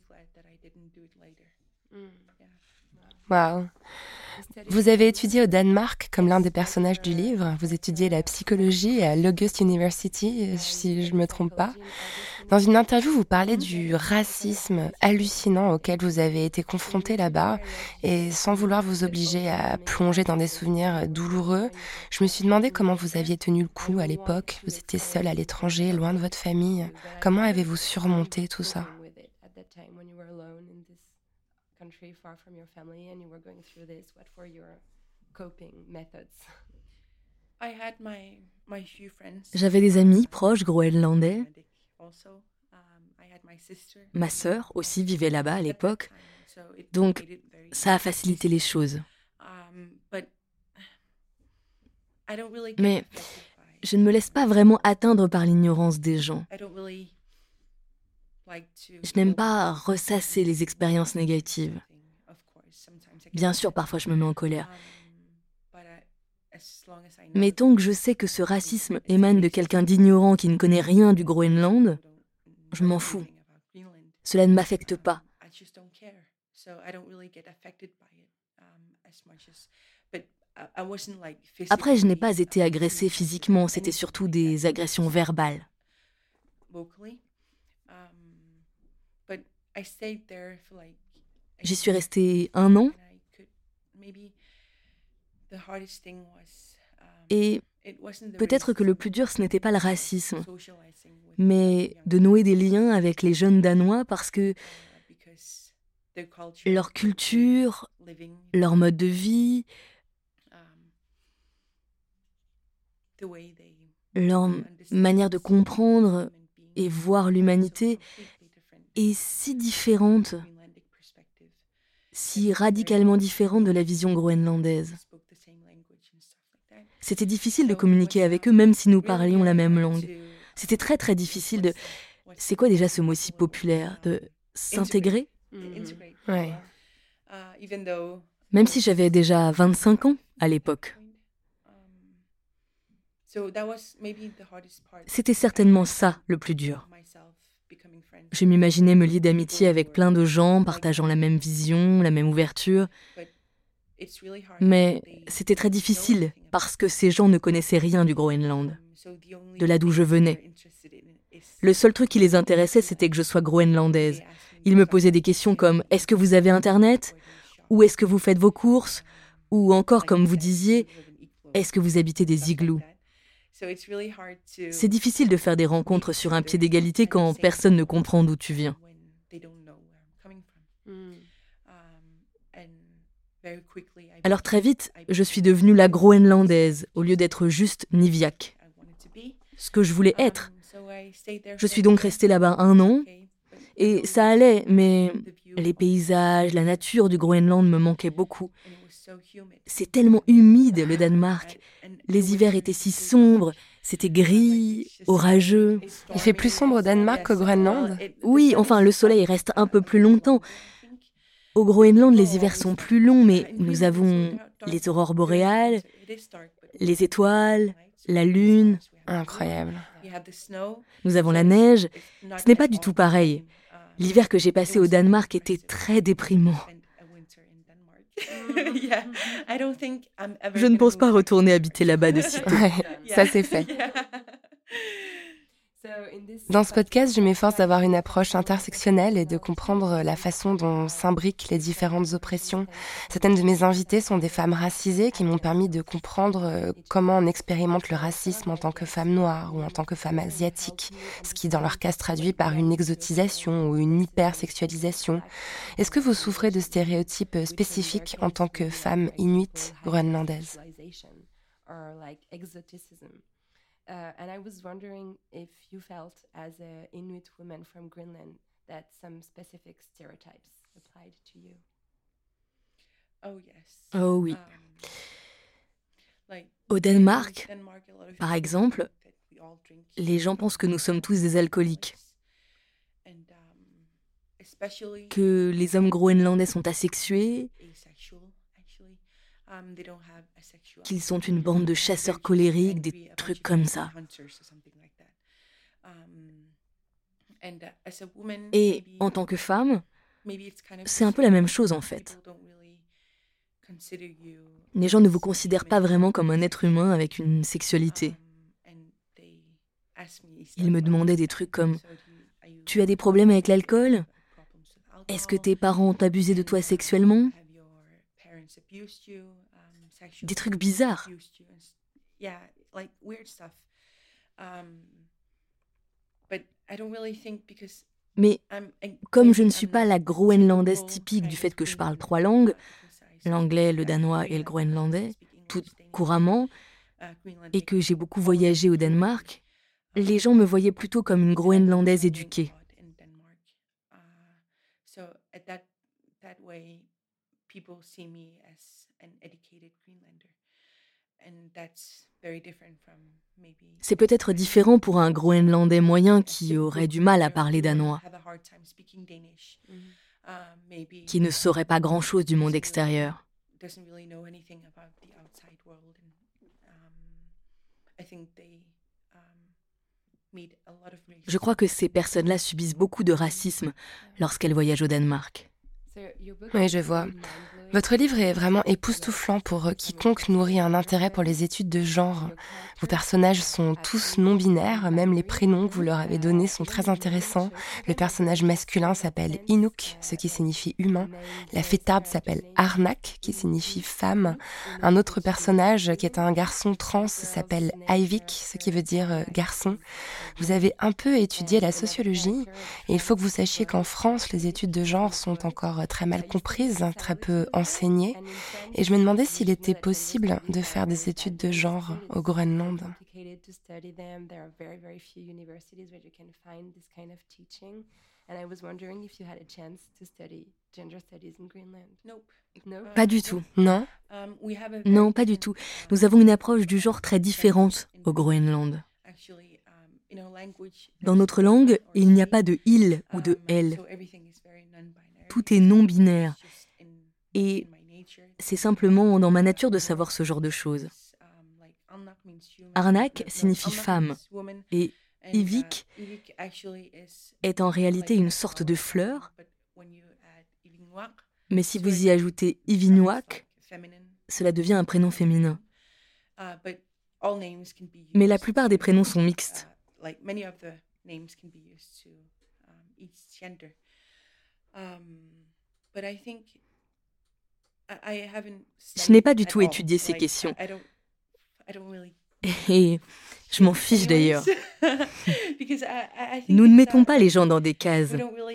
Waouh. Vous avez étudié au Danemark comme l'un des personnages du livre. Vous étudiez la psychologie à l'August University, si je ne me trompe pas. Dans une interview, vous parlez du racisme hallucinant auquel vous avez été confronté là-bas. Et sans vouloir vous obliger à plonger dans des souvenirs douloureux, je me suis demandé comment vous aviez tenu le coup à l'époque. Vous étiez seul à l'étranger, loin de votre famille. Comment avez-vous surmonté tout ça ? Far from your family and you were going through this, what were your coping methods? J'avais des amis proches groenlandais. Ma sœur aussi vivait là-bas à l'époque. Donc ça a facilité les choses. Mais je ne me laisse pas vraiment atteindre par l'ignorance des gens. Je n'aime pas ressasser les expériences négatives. Bien sûr, parfois je me mets en colère. Mais tant que je sais que ce racisme émane de quelqu'un d'ignorant qui ne connaît rien du Groenland, je m'en fous. Cela ne m'affecte pas. Après, je n'ai pas été agressée physiquement, c'était surtout des agressions verbales. J'y suis restée 1 an. Et peut-être que le plus dur, ce n'était pas le racisme, mais de nouer des liens avec les jeunes Danois parce que leur culture, leur mode de vie, leur manière de comprendre et voir l'humanité est si différente, si radicalement différente de la vision groenlandaise. C'était difficile de communiquer avec eux, même si nous parlions la même langue. C'était très très difficile de... C'est quoi déjà ce mot si populaire? De s'intégrer? Ouais. Même si j'avais déjà 25 ans à l'époque. C'était certainement ça le plus dur. Je m'imaginais me lier d'amitié avec plein de gens, partageant la même vision, la même ouverture. Mais c'était très difficile, parce que ces gens ne connaissaient rien du Groenland, de là d'où je venais. Le seul truc qui les intéressait, c'était que je sois groenlandaise. Ils me posaient des questions comme « Est-ce que vous avez Internet ? Où est-ce que vous faites vos courses ? Ou encore, comme vous disiez, est-ce que vous habitez des igloos ? C'est difficile de faire des rencontres sur un pied d'égalité quand personne ne comprend d'où tu viens. Alors très vite, je suis devenue la groenlandaise au lieu d'être juste Niviaq. Ce que je voulais être. Je suis donc restée là-bas 1 an, et ça allait, mais les paysages, la nature du Groenland me manquaient beaucoup. C'est tellement humide, le Danemark. Les hivers étaient si sombres, c'était gris, orageux. Il fait plus sombre au Danemark qu'au Groenland ? Oui, enfin, le soleil reste un peu plus longtemps. Au Groenland, les hivers sont plus longs, mais nous avons les aurores boréales, les étoiles, la lune. Incroyable. Nous avons la neige. Ce n'est pas du tout pareil. L'hiver que j'ai passé au Danemark était très déprimant. Je ne pense pas retourner habiter là-bas de sitôt. Ouais, ça c'est fait. Dans ce podcast, je m'efforce d'avoir une approche intersectionnelle et de comprendre la façon dont s'imbriquent les différentes oppressions. Certaines de mes invitées sont des femmes racisées qui m'ont permis de comprendre comment on expérimente le racisme en tant que femme noire ou en tant que femme asiatique, ce qui dans leur cas se traduit par une exotisation ou une hypersexualisation. Est-ce que vous souffrez de stéréotypes spécifiques en tant que femme inuite groenlandaise? And I was wondering if you felt, as an Inuit woman from Greenland, that some specific stereotypes applied to you. Oh oui. Au Danemark, par exemple, les gens pensent que nous sommes tous des alcooliques, que les hommes groenlandais sont asexués, qu'ils sont une bande de chasseurs colériques, des trucs comme ça. Et en tant que femme, c'est un peu la même chose en fait. Les gens ne vous considèrent pas vraiment comme un être humain avec une sexualité. Ils me demandaient des trucs comme « Tu as des problèmes avec l'alcool ? Est-ce que tes parents ont abusé de toi sexuellement ?» Des trucs bizarres. Mais comme je ne suis pas la groenlandaise typique du fait que je parle 3 langues, l'anglais, le danois et le groenlandais, tout couramment, et que j'ai beaucoup voyagé au Danemark, les gens me voyaient plutôt comme une groenlandaise éduquée. C'est peut-être différent pour un Groenlandais moyen qui aurait du mal à parler danois, qui ne saurait pas grand-chose du monde extérieur. Je crois que ces personnes-là subissent beaucoup de racisme lorsqu'elles voyagent au Danemark. Oui, je vois. Votre livre est vraiment époustouflant pour quiconque nourrit un intérêt pour les études de genre. Vos personnages sont tous non-binaires, même les prénoms que vous leur avez donnés sont très intéressants. Le personnage masculin s'appelle Inuk, ce qui signifie humain. La fêtarde s'appelle Arnak, qui signifie femme. Un autre personnage, qui est un garçon trans, s'appelle Aivik, ce qui veut dire garçon. Vous avez un peu étudié la sociologie, et il faut que vous sachiez qu'en France, les études de genre sont encore très mal comprises, très peu enseignées. Et je me demandais s'il était possible de faire des études de genre au Groenland. Pas du tout. Non ? Non, pas du tout. Nous avons une approche du genre très différente au Groenland. Dans notre langue, il n'y a pas de il ou de elle. Tout est non-binaire. Et c'est simplement dans ma nature de savoir ce genre de choses. Arnak signifie femme et Ivik est en réalité une sorte de fleur, mais si vous y ajoutez Ivinuak, cela devient un prénom féminin. Mais la plupart des prénoms sont mixtes. Je n'ai pas du tout étudié ces questions. Et je m'en fiche d'ailleurs. Nous ne mettons pas les gens dans des cases.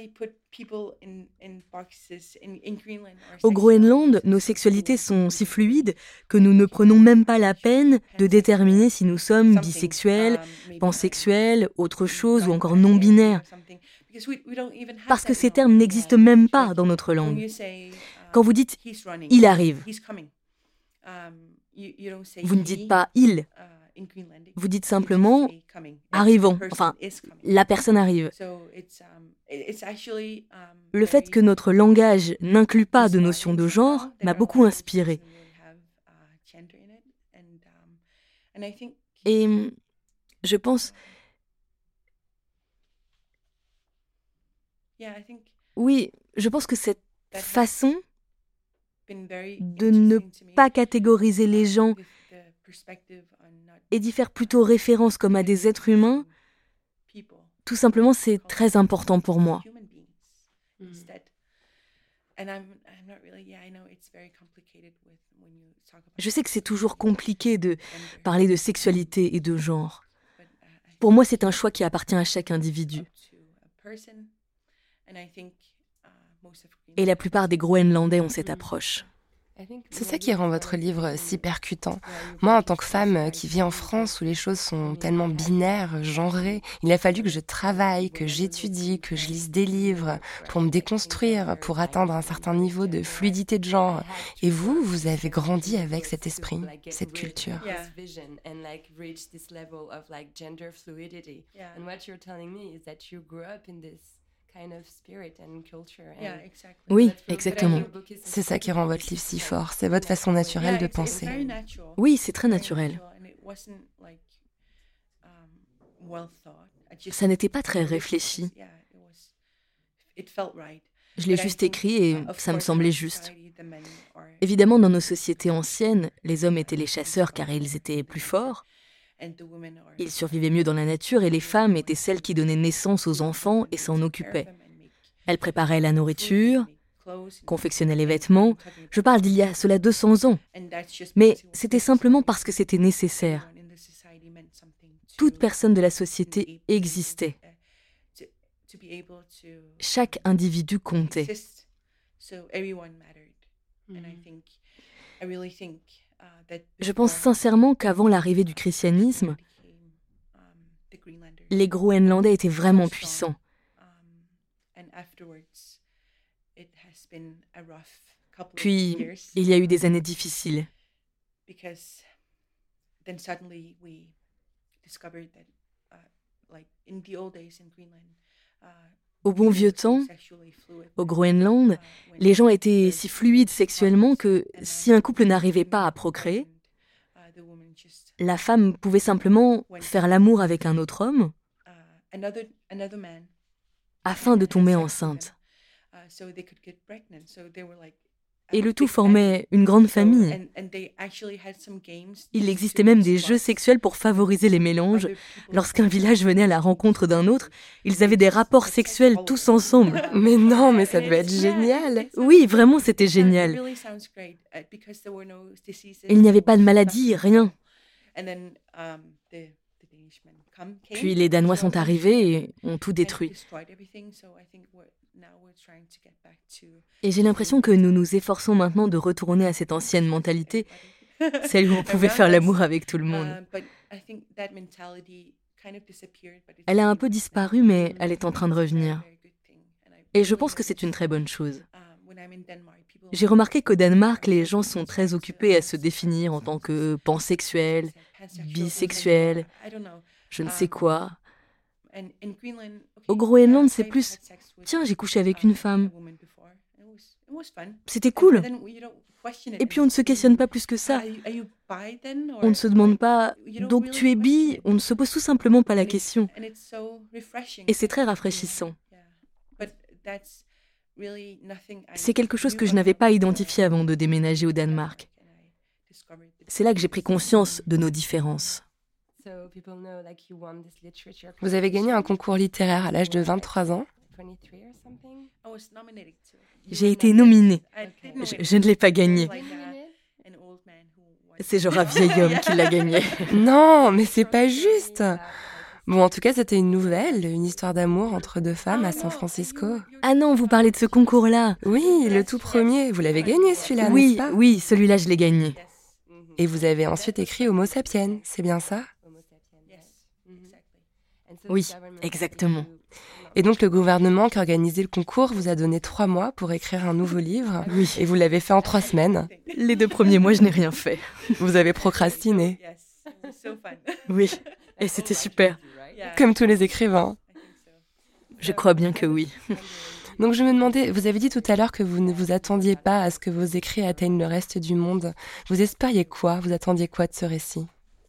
Au Groenland, nos sexualités sont si fluides que nous ne prenons même pas la peine de déterminer si nous sommes bisexuels, pansexuels, autre chose ou encore non-binaires. Parce que ces termes n'existent même pas dans notre langue. Quand vous dites « il arrive », vous ne dites pas « il ». Vous dites simplement « arrivons », enfin « la personne arrive ». Le fait que notre langage n'inclut pas de notion de genre m'a beaucoup inspirée. Et je pense... Oui, je pense que cette façon de ne pas catégoriser les gens et d'y faire plutôt référence comme à des êtres humains, tout simplement, c'est très important pour moi. Je sais que c'est toujours compliqué de parler de sexualité et de genre. Pour moi, c'est un choix qui appartient à chaque individu. Et la plupart des Groenlandais ont cette approche. C'est ça qui rend votre livre si percutant. Moi, en tant que femme qui vit en France où les choses sont tellement binaires, genrées, il a fallu que je travaille, que j'étudie, que je lise des livres pour me déconstruire, pour atteindre un certain niveau de fluidité de genre. Et vous, vous avez grandi avec cet esprit, cette culture. Oui, exactement. C'est ça qui rend votre livre si fort, c'est votre façon naturelle de penser. Oui, c'est très naturel. Ça n'était pas très réfléchi. Je l'ai juste écrit et ça me semblait juste. Évidemment, dans nos sociétés anciennes, les hommes étaient les chasseurs car ils étaient plus forts. Ils survivaient mieux dans la nature et les femmes étaient celles qui donnaient naissance aux enfants et s'en occupaient. Elles préparaient la nourriture, confectionnaient les vêtements. Je parle d'il y a cela 200 ans. Mais c'était simplement parce que c'était nécessaire. Toute personne de la société existait. Chaque individu comptait. Je pense sincèrement qu'avant l'arrivée du christianisme, les Groenlandais étaient vraiment puissants. Puis, il y a eu des années difficiles. Au bon vieux temps, au Groenland, les gens étaient si fluides sexuellement que si un couple n'arrivait pas à procréer, la femme pouvait simplement faire l'amour avec un autre homme afin de tomber enceinte. Et le tout formait une grande famille. Il existait même des jeux sexuels pour favoriser les mélanges. Lorsqu'un village venait à la rencontre d'un autre, ils avaient des rapports sexuels tous ensemble. Mais non, mais ça devait être génial. Oui, vraiment, c'était génial. Il n'y avait pas de maladie, rien. Puis les Danois sont arrivés et ont tout détruit. Et j'ai l'impression que nous nous efforçons maintenant de retourner à cette ancienne mentalité, celle où on pouvait faire l'amour avec tout le monde. Elle a un peu disparu, mais elle est en train de revenir. Et je pense que c'est une très bonne chose. J'ai remarqué qu'au Danemark, les gens sont très occupés à se définir en tant que pansexuels, bisexuels, je ne sais quoi. Au Groenland, c'est plus « Tiens, j'ai couché avec une femme. C'était cool. » Et puis on ne se questionne pas plus que ça. On ne se demande pas « Donc tu es bi ?» On ne se pose tout simplement pas la question. Et c'est très rafraîchissant. C'est quelque chose que je n'avais pas identifié avant de déménager au Danemark. C'est là que j'ai pris conscience de nos différences. Vous avez gagné un concours littéraire à l'âge de 23 ans. J'ai été nominée. Je ne l'ai pas gagné. C'est genre un vieil homme qui l'a gagné. Non, mais c'est pas juste. Bon, en tout cas, c'était une nouvelle, une histoire d'amour entre deux femmes à San Francisco. Ah non, vous parlez de ce concours-là. Oui, le tout premier. Vous l'avez gagné, celui-là, Oui, n'est-ce pas? oui, celui-là, je l'ai gagné. Et vous avez ensuite écrit Homo sapiens, c'est bien ça? Oui, exactement. Et donc, le gouvernement qui organisait le concours vous a donné 3 mois pour écrire un nouveau livre. Oui. Et vous l'avez fait en 3 semaines. Les 2 premiers mois, je n'ai rien fait. Vous avez procrastiné. Oui, et c'était super. Comme tous les écrivains. Je crois bien que oui. Donc je me demandais, vous avez dit tout à l'heure que vous ne vous attendiez pas à ce que vos écrits atteignent le reste du monde. Vous espériez quoi? Vous attendiez quoi de ce récit?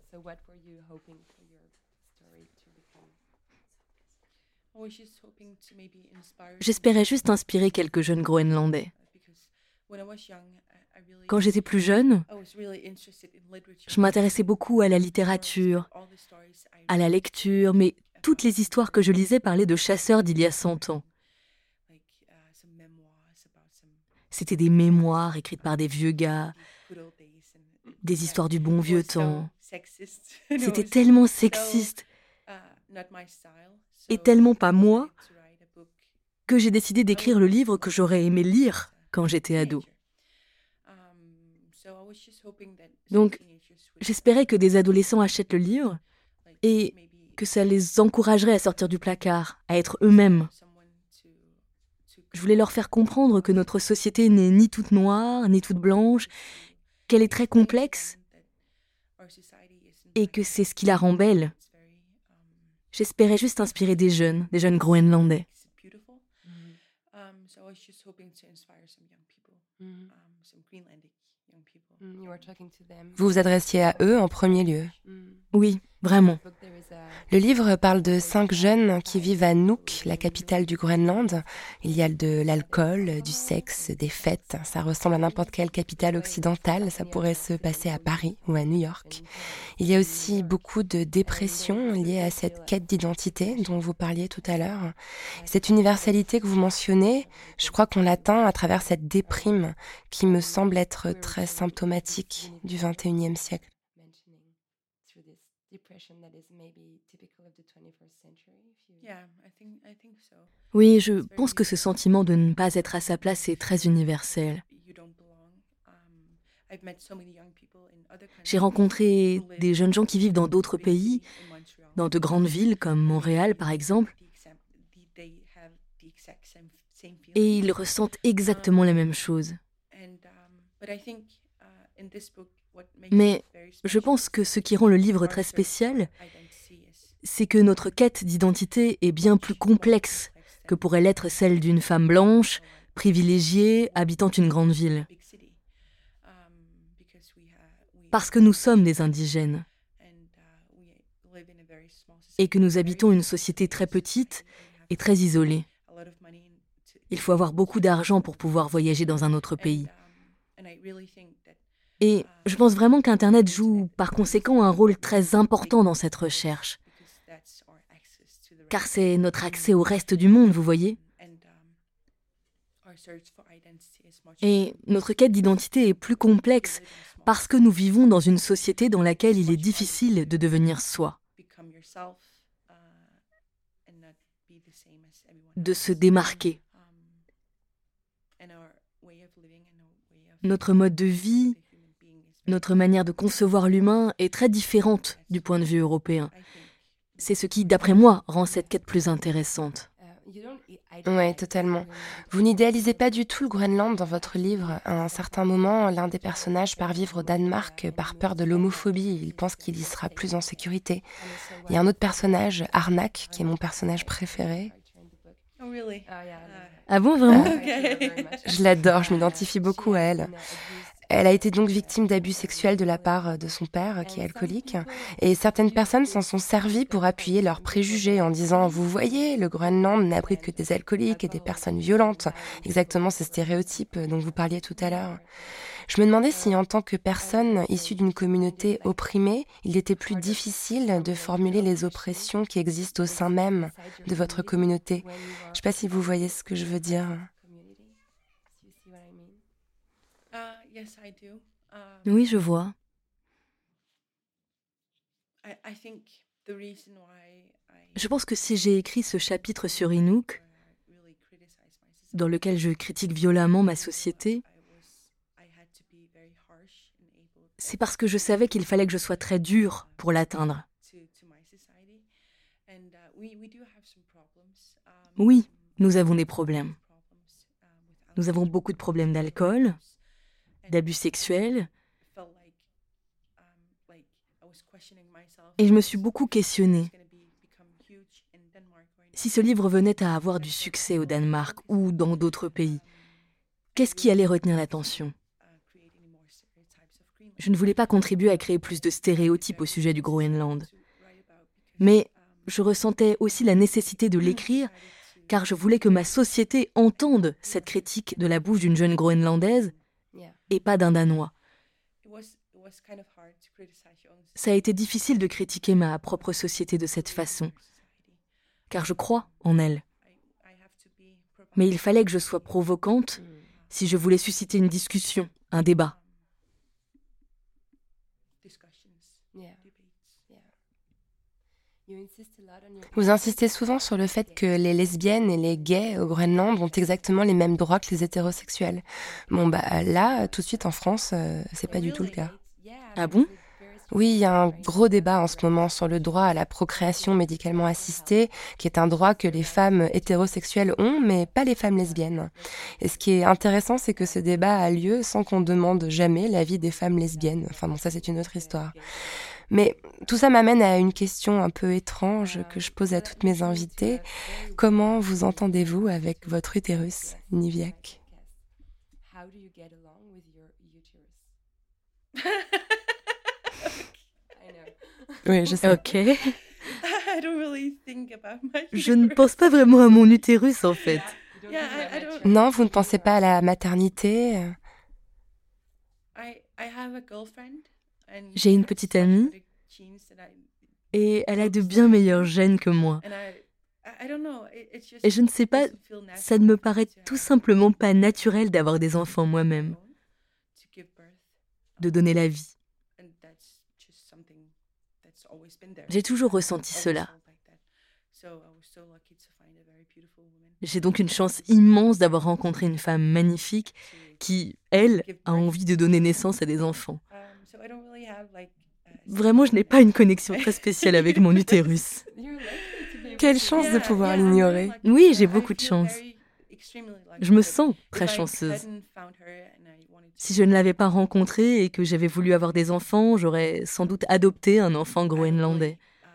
J'espérais juste inspirer quelques jeunes Groenlandais. Quand j'étais plus jeune, je m'intéressais beaucoup à la littérature, à la lecture, mais toutes les histoires que je lisais parlaient de chasseurs d'il y a 100 ans. C'était des mémoires écrites par des vieux gars, des histoires du bon vieux temps. C'était tellement sexiste et tellement pas moi que j'ai décidé d'écrire le livre que j'aurais aimé lire quand j'étais ado. Donc, j'espérais que des adolescents achètent le livre et que ça les encouragerait à sortir du placard, à être eux-mêmes. Je voulais leur faire comprendre que notre société n'est ni toute noire, ni toute blanche, qu'elle est très complexe et que c'est ce qui la rend belle. J'espérais juste inspirer des jeunes Groenlandais. Vous vous adressiez à eux en premier lieu. Oui, vraiment. Le livre parle de 5 jeunes qui vivent à Nuuk, la capitale du Groenland. Il y a de l'alcool, du sexe, des fêtes. Ça ressemble à n'importe quelle capitale occidentale. Ça pourrait se passer à Paris ou à New York. Il y a aussi beaucoup de dépression liée à cette quête d'identité dont vous parliez tout à l'heure. Cette universalité que vous mentionnez, je crois qu'on l'atteint à travers cette déprime qui me semble être très symptomatique du XXIe siècle. Oui, je pense que ce sentiment de ne pas être à sa place est très universel. J'ai rencontré des jeunes gens qui vivent dans d'autres pays, dans de grandes villes comme Montréal par exemple, et ils ressentent exactement la même chose. Mais je pense que ce qui rend le livre très spécial, c'est que notre quête d'identité est bien plus complexe que pourrait l'être celle d'une femme blanche, privilégiée, habitant une grande ville. Parce que nous sommes des indigènes et que nous habitons une société très petite et très isolée. Il faut avoir beaucoup d'argent pour pouvoir voyager dans un autre pays. Et je pense vraiment qu'Internet joue par conséquent un rôle très important dans cette recherche. Car c'est notre accès au reste du monde, vous voyez. Et notre quête d'identité est plus complexe parce que nous vivons dans une société dans laquelle il est difficile de devenir soi, de se démarquer. Notre mode de vie, notre manière de concevoir l'humain est très différente du point de vue européen. C'est ce qui, d'après moi, rend cette quête plus intéressante. Oui, totalement. Vous n'idéalisez pas du tout le Groenland dans votre livre. À un certain moment, l'un des personnages part vivre au Danemark par peur de l'homophobie. Il pense qu'il y sera plus en sécurité. Il y a un autre personnage, Arnak, qui est mon personnage préféré. Ah bon, vraiment? Je l'adore, je m'identifie beaucoup à elle. Elle a été donc victime d'abus sexuels de la part de son père, qui est alcoolique. Et certaines personnes s'en sont servies pour appuyer leurs préjugés en disant « Vous voyez, le Groenland n'abrite que des alcooliques et des personnes violentes. » Exactement ces stéréotypes dont vous parliez tout à l'heure. Je me demandais si, en tant que personne issue d'une communauté opprimée, il était plus difficile de formuler les oppressions qui existent au sein même de votre communauté. Je ne sais pas si vous voyez ce que je veux dire. Oui, je vois. Je pense que si j'ai écrit ce chapitre sur Inuk, dans lequel je critique violemment ma société, c'est parce que je savais qu'il fallait que je sois très dure pour l'atteindre. Oui, nous avons des problèmes. Nous avons beaucoup de problèmes d'alcool, d'abus sexuels. Et je me suis beaucoup questionnée. Si ce livre venait à avoir du succès au Danemark ou dans d'autres pays, qu'est-ce qui allait retenir l'attention ? Je ne voulais pas contribuer à créer plus de stéréotypes au sujet du Groenland. Mais je ressentais aussi la nécessité de l'écrire, car je voulais que ma société entende cette critique de la bouche d'une jeune Groenlandaise et pas d'un Danois. Ça a été difficile de critiquer ma propre société de cette façon, car je crois en elle. Mais il fallait que je sois provocante si je voulais susciter une discussion, un débat. Vous insistez souvent sur le fait que les lesbiennes et les gays au Groenland ont exactement les mêmes droits que les hétérosexuels. Bon, là, tout de suite en France, c'est pas du tout le cas. Ah bon ? Oui, il y a un gros débat en ce moment sur le droit à la procréation médicalement assistée, qui est un droit que les femmes hétérosexuelles ont, mais pas les femmes lesbiennes. Et ce qui est intéressant, c'est que ce débat a lieu sans qu'on demande jamais l'avis des femmes lesbiennes. Enfin bon, ça c'est une autre histoire. Mais tout ça m'amène à une question un peu étrange que je pose à toutes mes invitées. Comment vous entendez-vous avec votre utérus, Niviaq ? Oui, je sais. Ok. Je ne pense pas vraiment à mon utérus, en fait. Non, vous ne pensez pas à la maternité ? J'ai une petite amie et elle a de bien meilleurs gènes que moi. Et je ne sais pas, ça ne me paraît tout simplement pas naturel d'avoir des enfants moi-même, de donner la vie. J'ai toujours ressenti cela. J'ai donc une chance immense d'avoir rencontré une femme magnifique qui, elle, a envie de donner naissance à des enfants. Vraiment, je n'ai pas une connexion très spéciale avec mon utérus. Quelle chance de pouvoir l'ignorer. Oui, j'ai beaucoup de chance. Je me sens très chanceuse. Si je ne l'avais pas rencontré et que j'avais voulu avoir des enfants, j'aurais sans doute adopté un enfant groenlandais.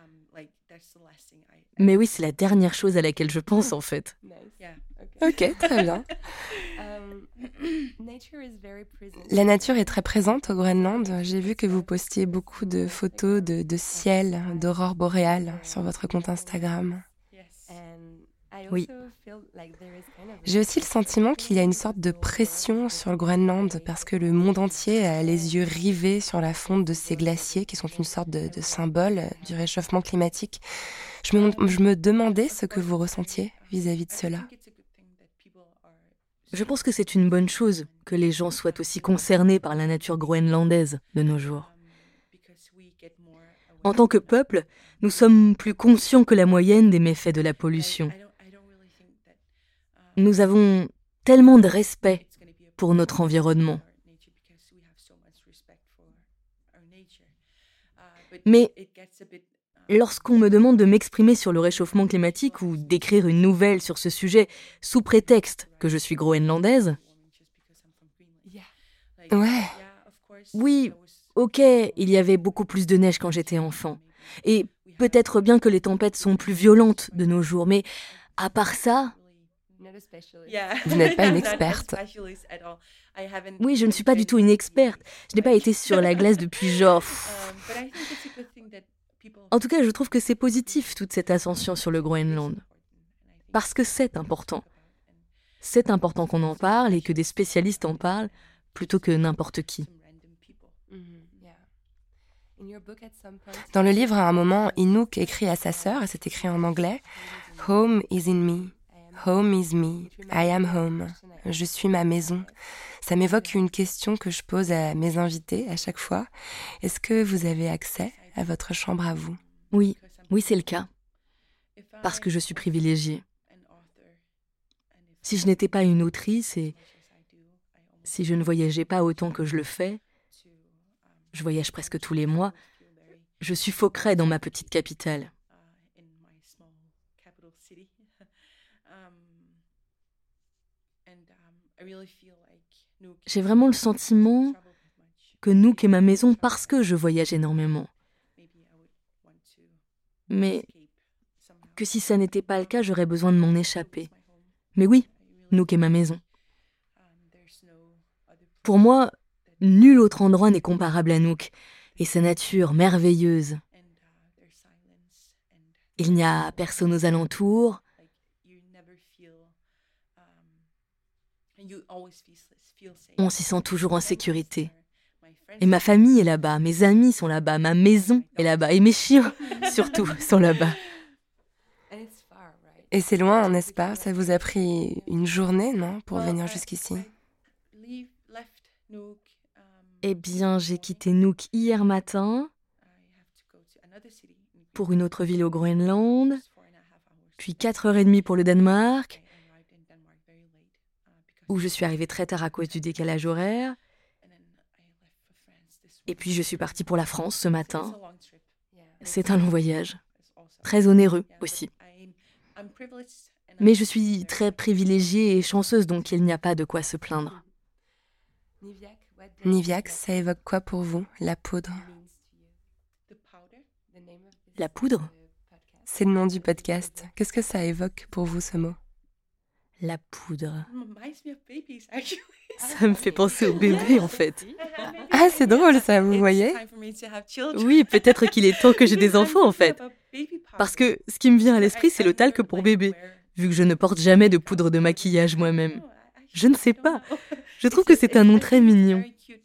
Mais oui, c'est la dernière chose à laquelle je pense, en fait. Ok, très bien. La nature est très présente au Groenland. J'ai vu que vous postiez beaucoup de photos de ciel, d'aurore boréale sur votre compte Instagram. Oui. J'ai aussi le sentiment qu'il y a une sorte de pression sur le Groenland parce que le monde entier a les yeux rivés sur la fonte de ces glaciers qui sont une sorte de symbole du réchauffement climatique. Je me demandais ce que vous ressentiez vis-à-vis de cela. Je pense que c'est une bonne chose que les gens soient aussi concernés par la nature groenlandaise de nos jours. En tant que peuple, nous sommes plus conscients que la moyenne des méfaits de la pollution. Nous avons tellement de respect pour notre environnement. Mais lorsqu'on me demande de m'exprimer sur le réchauffement climatique ou d'écrire une nouvelle sur ce sujet sous prétexte que je suis groenlandaise, ouais. Oui, ok, il y avait beaucoup plus de neige quand j'étais enfant. Et peut-être bien que les tempêtes sont plus violentes de nos jours, mais à part ça... Vous n'êtes pas une experte. Oui, je ne suis pas du tout une experte. Je n'ai pas été sur la glace depuis genre... En tout cas, je trouve que c'est positif, toute cette ascension sur le Groenland. Parce que c'est important. C'est important qu'on en parle et que des spécialistes en parlent, plutôt que n'importe qui. Dans le livre, à un moment, Inuk écrit à sa sœur, et c'est écrit en anglais, « Home is in me. Home is me. I am home. Je suis ma maison. » Ça m'évoque une question que je pose à mes invités à chaque fois. Est-ce que vous avez accès à votre chambre à vous. Oui, c'est le cas. Parce que je suis privilégiée. Si je n'étais pas une autrice et si je ne voyageais pas autant que je le fais, je voyage presque tous les mois, je suffoquerais dans ma petite capitale. J'ai vraiment le sentiment que Nook est ma maison parce que je voyage énormément. Mais que si ça n'était pas le cas, j'aurais besoin de m'en échapper. Mais oui, Nook est ma maison. Pour moi, nul autre endroit n'est comparable à Nook et sa nature merveilleuse. Il n'y a personne aux alentours. On s'y sent toujours en sécurité. Et ma famille est là-bas, mes amis sont là-bas, ma maison est là-bas et mes chiens, surtout, sont là-bas. Et c'est loin, n'est-ce pas? Ça vous a pris une journée, non, pour venir jusqu'ici? Eh bien, j'ai quitté Nuuk hier matin pour une autre ville au Groenland, puis 4h30 pour le Danemark, où je suis arrivée très tard à cause du décalage horaire. Et puis je suis partie pour la France ce matin. C'est un long voyage, très onéreux aussi. Mais je suis très privilégiée et chanceuse, donc il n'y a pas de quoi se plaindre. Niviaq, ça évoque quoi pour vous, la poudre? La poudre? C'est le nom du podcast. Qu'est-ce que ça évoque pour vous, ce mot? La poudre. Ça me fait penser au bébé, en fait. Ah, c'est drôle ça, vous voyez? Oui, peut-être qu'il est temps que j'ai des enfants, en fait. Parce que ce qui me vient à l'esprit, c'est le talc pour bébé, vu que je ne porte jamais de poudre de maquillage moi-même. Je ne sais pas. Je trouve que c'est un nom très mignon.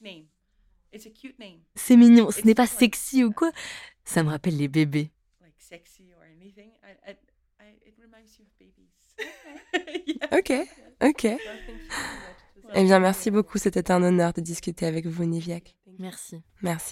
C'est mignon, ce n'est pas sexy ou quoi. Ça me rappelle les bébés. Ok. Eh bien, merci beaucoup. C'était un honneur de discuter avec vous, Niviaq. Merci.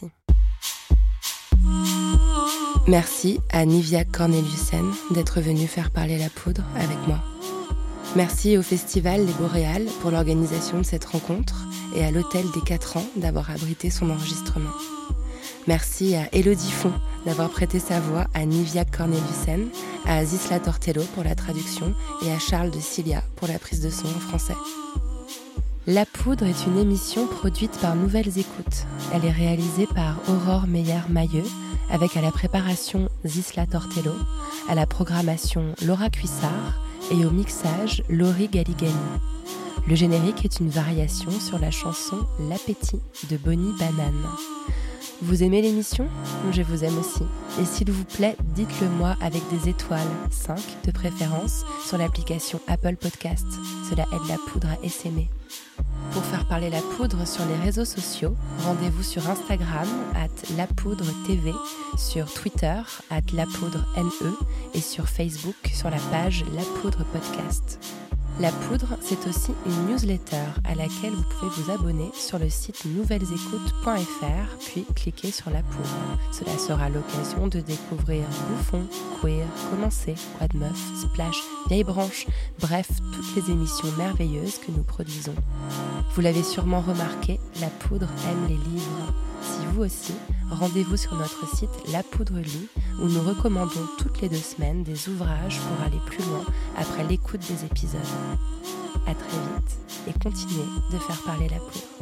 Merci à Niviaq Corneliussen d'être venu faire parler la poudre avec moi. Merci au Festival Les Boréales pour l'organisation de cette rencontre et à l'Hôtel des 4 ans d'avoir abrité son enregistrement. Merci à Élodie Font d'avoir prêté sa voix à Niviaq Corneliussen, à Zisla Tortello pour la traduction et à Charles de Cilia pour la prise de son en français. La Poudre est une émission produite par Nouvelles Écoutes. Elle est réalisée par Aurore Meyer-Mailleux, avec à la préparation Zisla Tortello, à la programmation Laura Cuissard et au mixage Laurie Galigani. Le générique est une variation sur la chanson L'appétit de Bonnie Banane. Vous aimez l'émission? Je vous aime aussi. Et s'il vous plaît, dites-le moi avec des étoiles, 5 de préférence, sur l'application Apple Podcast. Cela aide la poudre à essaimer. Pour faire parler la poudre sur les réseaux sociaux, rendez-vous sur Instagram @lapoudretv, sur Twitter @lapoudrene et sur Facebook sur la page La Poudre Podcast. La Poudre, c'est aussi une newsletter à laquelle vous pouvez vous abonner sur le site nouvellesécoutes.fr, puis cliquer sur La Poudre. Cela sera l'occasion de découvrir Bouffon, Queer, Commencer, Quoi de Meuf, Splash, Vieille Branche, bref, toutes les émissions merveilleuses que nous produisons. Vous l'avez sûrement remarqué, La Poudre aime les livres. Si vous aussi, rendez-vous sur notre site La Poudre Lit, où nous recommandons toutes les 2 semaines des ouvrages pour aller plus loin après l'écoute des épisodes. À très vite et continuez de faire parler la poudre.